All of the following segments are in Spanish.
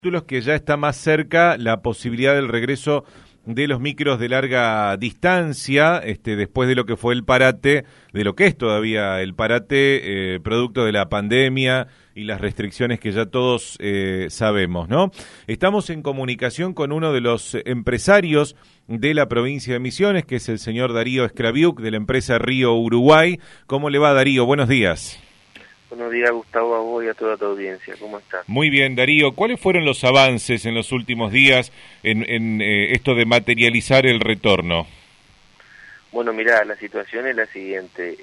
Títulos que ya está más cerca la posibilidad del regreso de los micros de larga distancia, después de lo que fue el parate, de lo que es todavía el parate, producto de la pandemia y las restricciones que ya todos sabemos, ¿no? Estamos en comunicación con uno de los empresarios de la provincia de Misiones, que es el señor Darío Scraviuk, de la empresa Río Uruguay. ¿Cómo le va, Darío? Buenos días. Buenos días, Gustavo, a vos y a toda tu audiencia. ¿Cómo estás? Muy bien, Darío. ¿Cuáles fueron los avances en los últimos días en esto de materializar el retorno? Bueno, mirá, la situación es la siguiente.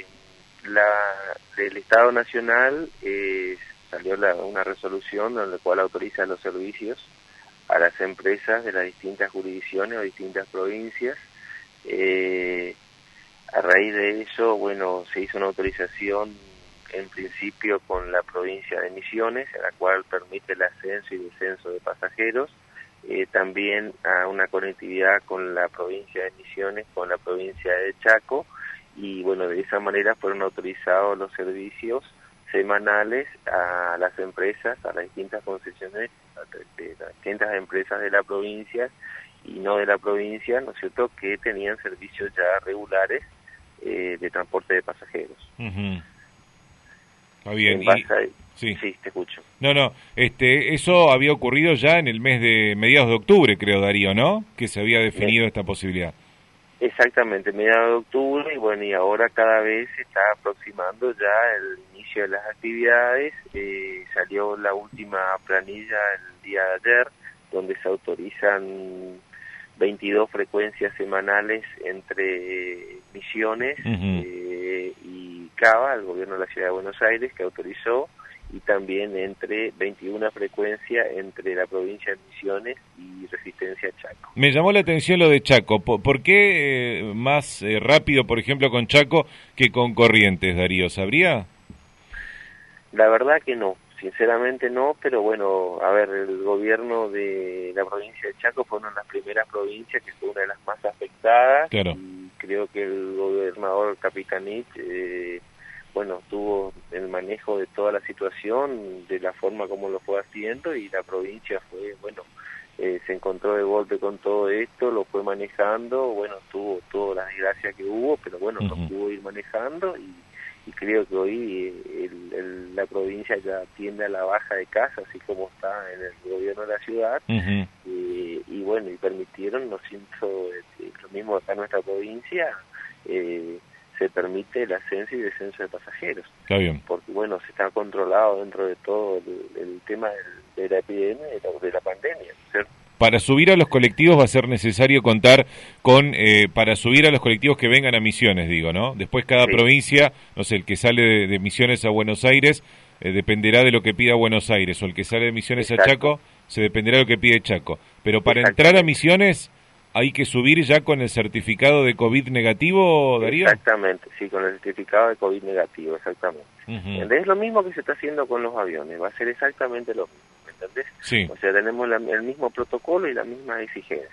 Del Estado Nacional salió una resolución en la cual autoriza los servicios a las empresas de las distintas jurisdicciones o distintas provincias. A raíz de eso, bueno, se hizo una autorización en principio con la provincia de Misiones, en la cual permite el ascenso y descenso de pasajeros, también a una conectividad con la provincia de Misiones, con la provincia de Chaco, y bueno, de esa manera fueron autorizados los servicios semanales a las empresas, a las distintas concesiones, de las distintas empresas de la provincia y no de la provincia, ¿no es cierto?, que tenían servicios ya regulares de transporte de pasajeros. Uh-huh. Está bien. Sí, te escucho. No, eso había ocurrido ya en el mes de mediados de octubre, creo, Darío, ¿no? Que se había definido esta posibilidad. Exactamente, mediados de octubre, y bueno, y ahora cada vez se está aproximando ya el inicio de las actividades. Salió la última planilla el día de ayer, donde se autorizan 22 frecuencias semanales entre Misiones y Cava, el gobierno de la Ciudad de Buenos Aires, que autorizó, y también entre 21 frecuencias entre la provincia de Misiones y Resistencia Chaco. Me llamó la atención lo de Chaco. ¿Por qué más rápido, por ejemplo, con Chaco que con Corrientes, Darío? ¿Sabría? La verdad que no. Sinceramente no, pero bueno, a ver, el gobierno de la provincia de Chaco fue una de las primeras provincias que fue una de las más afectadas. Claro. Y creo que el gobernador Capitanich, bueno, tuvo el manejo de toda la situación de la forma como lo fue haciendo, y la provincia fue, bueno, se encontró de golpe con todo esto, lo fue manejando, bueno, tuvo la desgracia que hubo, pero bueno, lo pudo ir manejando, y creo que hoy la provincia ya tiende a la baja de casos, así como está en el gobierno de la ciudad, y bueno, y permitieron, no siento lo mismo acá en nuestra provincia, se permite el ascenso y descenso de pasajeros. Está bien. Porque bueno, se está controlado dentro de todo el tema de la epidemia, de la pandemia, ¿cierto? Para subir a los colectivos va a ser necesario contar con, para subir a los colectivos que vengan a Misiones, digo, ¿no? Después cada provincia, no sé, el que sale de Misiones a Buenos Aires, dependerá de lo que pida Buenos Aires, o el que sale de Misiones a Chaco, se dependerá de lo que pide Chaco. Pero para entrar a Misiones hay que subir ya con el certificado de COVID negativo, Darío. Exactamente, sí, con el certificado de COVID negativo, exactamente. Es lo mismo que se está haciendo con los aviones, va a ser exactamente lo mismo. ¿Entendés? Sí. O sea, tenemos el mismo protocolo y las mismas exigencias.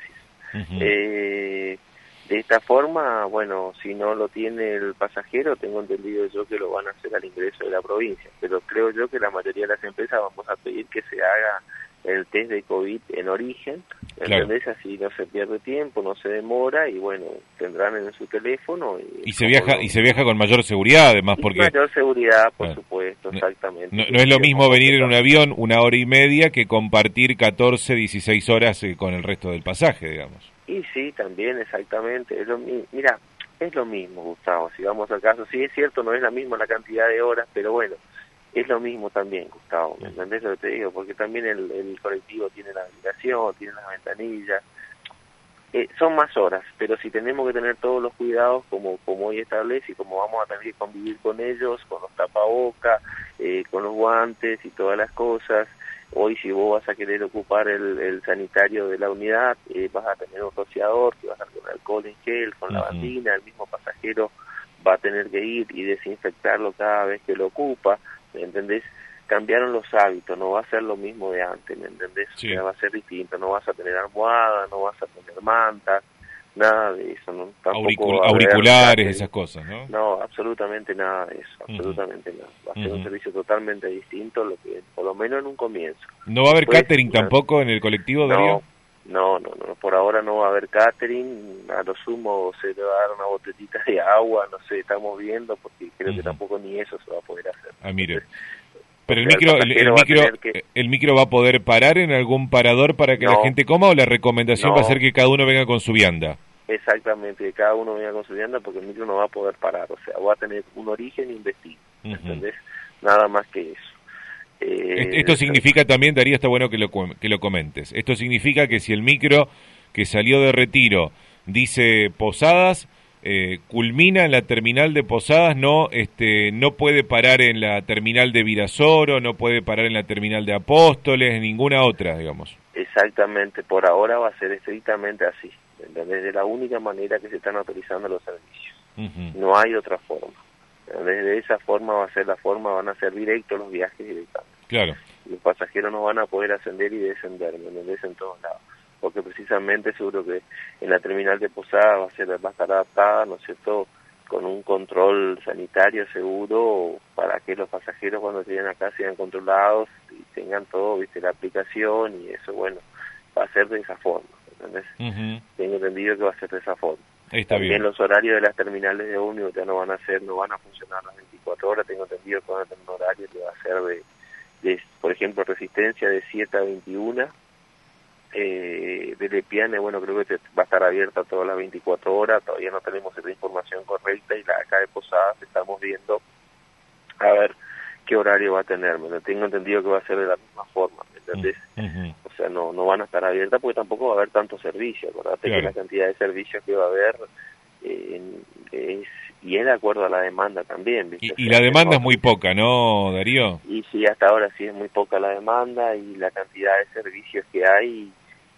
De esta forma, bueno, si no lo tiene el pasajero, tengo entendido yo que lo van a hacer al ingreso de la provincia, pero creo yo que la mayoría de las empresas vamos a pedir que se haga el test de COVID en origen, ¿entendés? Claro. Así no se pierde tiempo, no se demora, y bueno, tendrán en su teléfono. Y se viaja con mayor seguridad, además, porque... Mayor seguridad, por supuesto, exactamente. No es lo mismo venir en un avión 1 hora y media que compartir 14, 16 horas con el resto del pasaje, digamos. Y sí, también, exactamente. Mira, es lo mismo, Gustavo, si vamos al caso. Sí, es cierto, no es la misma la cantidad de horas, pero bueno, es lo mismo también, Gustavo, ¿me entendés lo que te digo? Porque también el colectivo tiene la habitación, tiene las ventanillas, son más horas, pero si tenemos que tener todos los cuidados como hoy establece, y como vamos a tener que convivir con ellos, con los tapabocas, con los guantes y todas las cosas. Hoy si vos vas a querer ocupar el sanitario de la unidad, vas a tener un rociador que va a estar con alcohol en gel, con lavandina, el mismo pasajero va a tener que ir y desinfectarlo cada vez que lo ocupa, ¿me entendés? Cambiaron los hábitos, no va a ser lo mismo de antes, ¿me entendés? Sí. O sea, va a ser distinto, no vas a tener almohada, no vas a tener mantas, nada de eso, ¿no? Tampoco auriculares, esas cosas, ¿no? No, absolutamente nada de eso, absolutamente nada. Va a ser un servicio totalmente distinto, lo que por lo menos en un comienzo. ¿No va a haber catering tampoco en el colectivo, Darío? No, por ahora no va a haber catering, a lo sumo se le va a dar una botellita de agua, no sé, estamos viendo, porque creo que tampoco ni eso se va a poder hacer. Ah, mire. Entonces, pero el micro va a poder parar en algún parador para que la gente coma, o la recomendación va a ser que cada uno venga con su vianda. Exactamente, que cada uno venga con su vianda, porque el micro no va a poder parar, o sea, va a tener un origen investido, ¿entendés? Nada más que eso. Esto significa también, Darío, está bueno que lo comentes, esto significa que si el micro que salió de Retiro dice Posadas, culmina en la terminal de Posadas, no puede parar en la terminal de Virasoro, no puede parar en la terminal de Apóstoles, ninguna otra, digamos. Exactamente, por ahora va a ser estrictamente así, desde la única manera que se están autorizando los servicios, no hay otra forma. Desde esa forma va a ser la forma, van a ser directos los viajes directamente. Claro. Los pasajeros no van a poder ascender y descender, ¿me entendés? En todos lados. Porque precisamente seguro que en la terminal de Posada va a estar adaptada, ¿no es cierto?, con un control sanitario seguro para que los pasajeros cuando lleguen acá sean controlados y tengan todo, viste, la aplicación, y eso, bueno, va a ser de esa forma, ¿entendés? Tengo entendido que va a ser de esa forma. También los horarios de las terminales de ómnibus ya no van a funcionar las 24 horas, tengo entendido que van a tener un horario que va a ser de por ejemplo, Resistencia de 7 a 21, de Lepiane, bueno, creo que va a estar abierta todas las 24 horas, todavía no tenemos esa información correcta, y la acá de Posadas estamos viendo a ver qué horario va a tener, tengo entendido que va a ser de la misma forma, ¿me entendés? O sea, no van a estar abiertas porque tampoco va a haber tanto servicio, acordate que la cantidad de servicios que va a haber y es de acuerdo a la demanda también, ¿viste? Y la demanda es muy poca, ¿no, Darío? Y sí, hasta ahora sí es muy poca la demanda, y la cantidad de servicios que hay,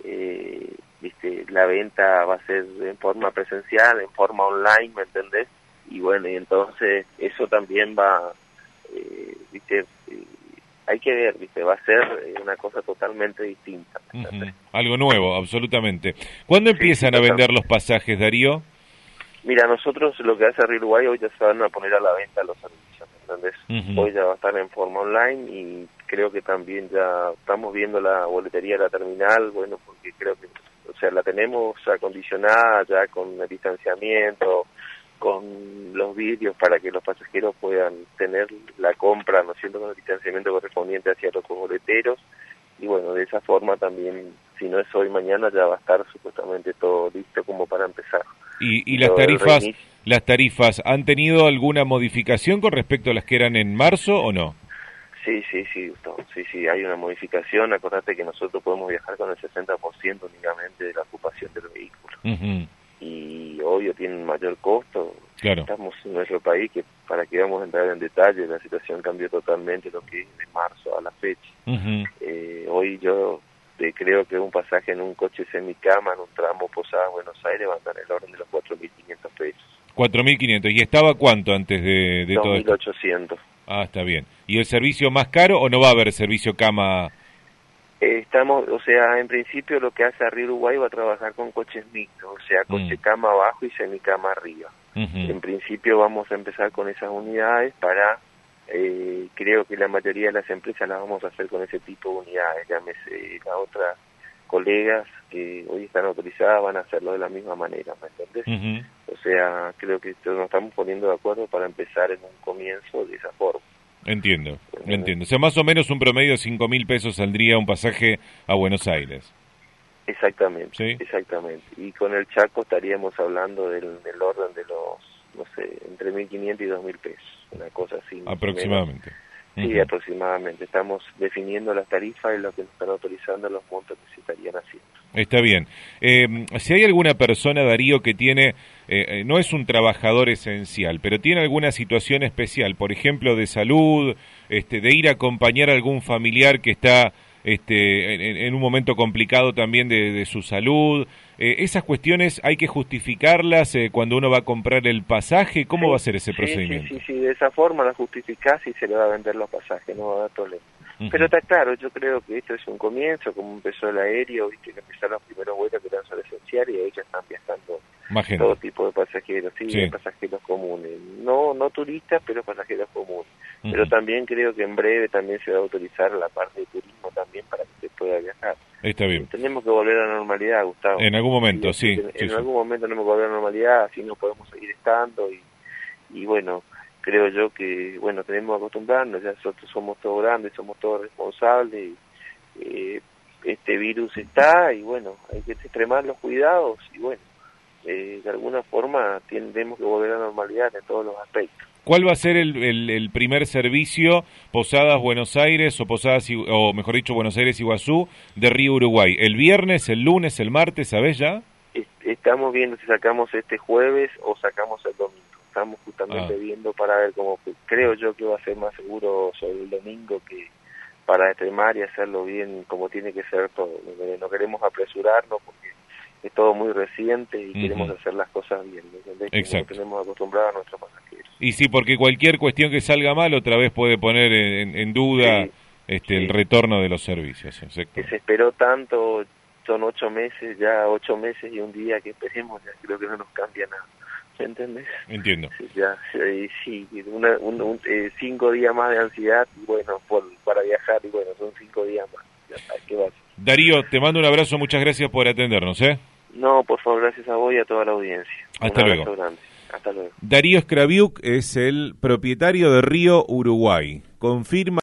¿viste? La venta va a ser en forma presencial, en forma online, ¿me entendés? Y bueno, y entonces eso también va, ¿viste? Hay que ver, ¿viste? Va a ser una cosa totalmente distinta. Algo nuevo, absolutamente. ¿Cuándo empiezan a vender los pasajes, Darío? Mira, nosotros lo que hace Río Uruguay, hoy ya se van a poner a la venta los servicios, ¿entendés? Hoy ya va a estar en forma online, y creo que también ya estamos viendo la boletería de la terminal, bueno, porque creo que, o sea, la tenemos acondicionada ya con el distanciamiento, con los vidrios para que los pasajeros puedan tener la compra, ¿no es cierto?, con el distanciamiento correspondiente hacia los boleteros, y bueno, de esa forma también, si no es hoy, mañana ya va a estar supuestamente todo listo como para empezar. ¿Y las tarifas han tenido alguna modificación con respecto a las que eran en marzo o no? Sí, Gustavo, sí, hay una modificación. Acordate que nosotros podemos viajar con el 60% únicamente de la ocupación del vehículo. Y obvio tienen mayor costo. Claro. Estamos en nuestro país, que para que vamos a entrar en detalle, la situación cambió totalmente lo que es de marzo a la fecha. Hoy yo creo que un pasaje en un coche semicama en un tramo Posadas Buenos Aires va a andar en el orden de los 4.500 pesos. 4.500, ¿y estaba cuánto antes de todo esto? 2.800. Ah, está bien. ¿Y el servicio más caro o no va a haber servicio cama? O sea, en principio lo que hace Río Uruguay va a trabajar con coches mixtos, o sea, coche cama abajo y semicama arriba. En principio vamos a empezar con esas unidades para, creo que la mayoría de las empresas las vamos a hacer con ese tipo de unidades, llámese las otras colegas que hoy están autorizadas van a hacerlo de la misma manera, ¿me entendés? O sea, creo que nos estamos poniendo de acuerdo para empezar en un comienzo de esa forma. Entiendo. O sea, más o menos un promedio de 5.000 pesos saldría un pasaje a Buenos Aires. Exactamente, ¿sí? Exactamente. Y con el Chaco estaríamos hablando del orden de los, no sé, entre 1.500 y 2.000 pesos, una cosa así. Aproximadamente. Sí, aproximadamente. Estamos definiendo las tarifas y lo que nos están autorizando, los montos que se estarían haciendo. Está bien. Si hay alguna persona, Darío, que tiene, no es un trabajador esencial, pero tiene alguna situación especial, por ejemplo, de salud, de ir a acompañar a algún familiar que está en un momento complicado también de su salud, esas cuestiones hay que justificarlas cuando uno va a comprar el pasaje. ¿Cómo va a ser ese procedimiento? Sí, de esa forma la justificás y se le va a vender los pasajes, no va a dar problema. Pero está claro, yo creo que esto es un comienzo, como empezó el aéreo, viste que empezaron los primeros vuelos que eran solo esenciales y ahí ya están viajando Más gente. todo tipo de pasajeros, sí, Sí. de pasajeros comunes, no turistas, pero pasajeros comunes. Pero también creo que en breve también se va a autorizar la parte de turismo también para que se pueda viajar. Está bien. Tenemos que volver a la normalidad, Gustavo. En algún momento, sí. En algún momento tenemos que volver a la normalidad, así no podemos seguir estando y bueno, creo yo que, bueno, tenemos que acostumbrarnos, ya nosotros somos todos grandes, somos todos responsables, este virus está y bueno, hay que extremar los cuidados y bueno, de alguna forma tenemos que volver a la normalidad en todos los aspectos. ¿Cuál va a ser el primer servicio Posadas Buenos Aires o mejor dicho Buenos Aires Iguazú de Río Uruguay? ¿El viernes, el lunes, el martes, sabés ya? Estamos viendo si sacamos este jueves o sacamos el domingo. Estamos justamente viendo para ver cómo, creo yo que va a ser más seguro sobre el domingo que para extremar y hacerlo bien como tiene que ser todo. No queremos apresurarnos porque es todo muy reciente y queremos hacer las cosas bien, ¿entendés? Exacto. Como tenemos acostumbrados a nuestros pasajeros. Y sí, porque cualquier cuestión que salga mal otra vez puede poner en duda el retorno de los servicios. Exacto. Que se esperó tanto, son 8 meses, ya 8 meses y un día que esperemos, ya creo que no nos cambia nada. ¿Me entendés? Entiendo. Sí, 5 días más de ansiedad, y bueno, para viajar, y bueno, son 5 días más. Ya sabes qué va a ser. Darío, te mando un abrazo, muchas gracias por atendernos, ¿eh? No, por favor, gracias a vos y a toda la audiencia. Hasta luego. Grande. Hasta luego. Darío Skraviuk es el propietario de Río Uruguay. Confirma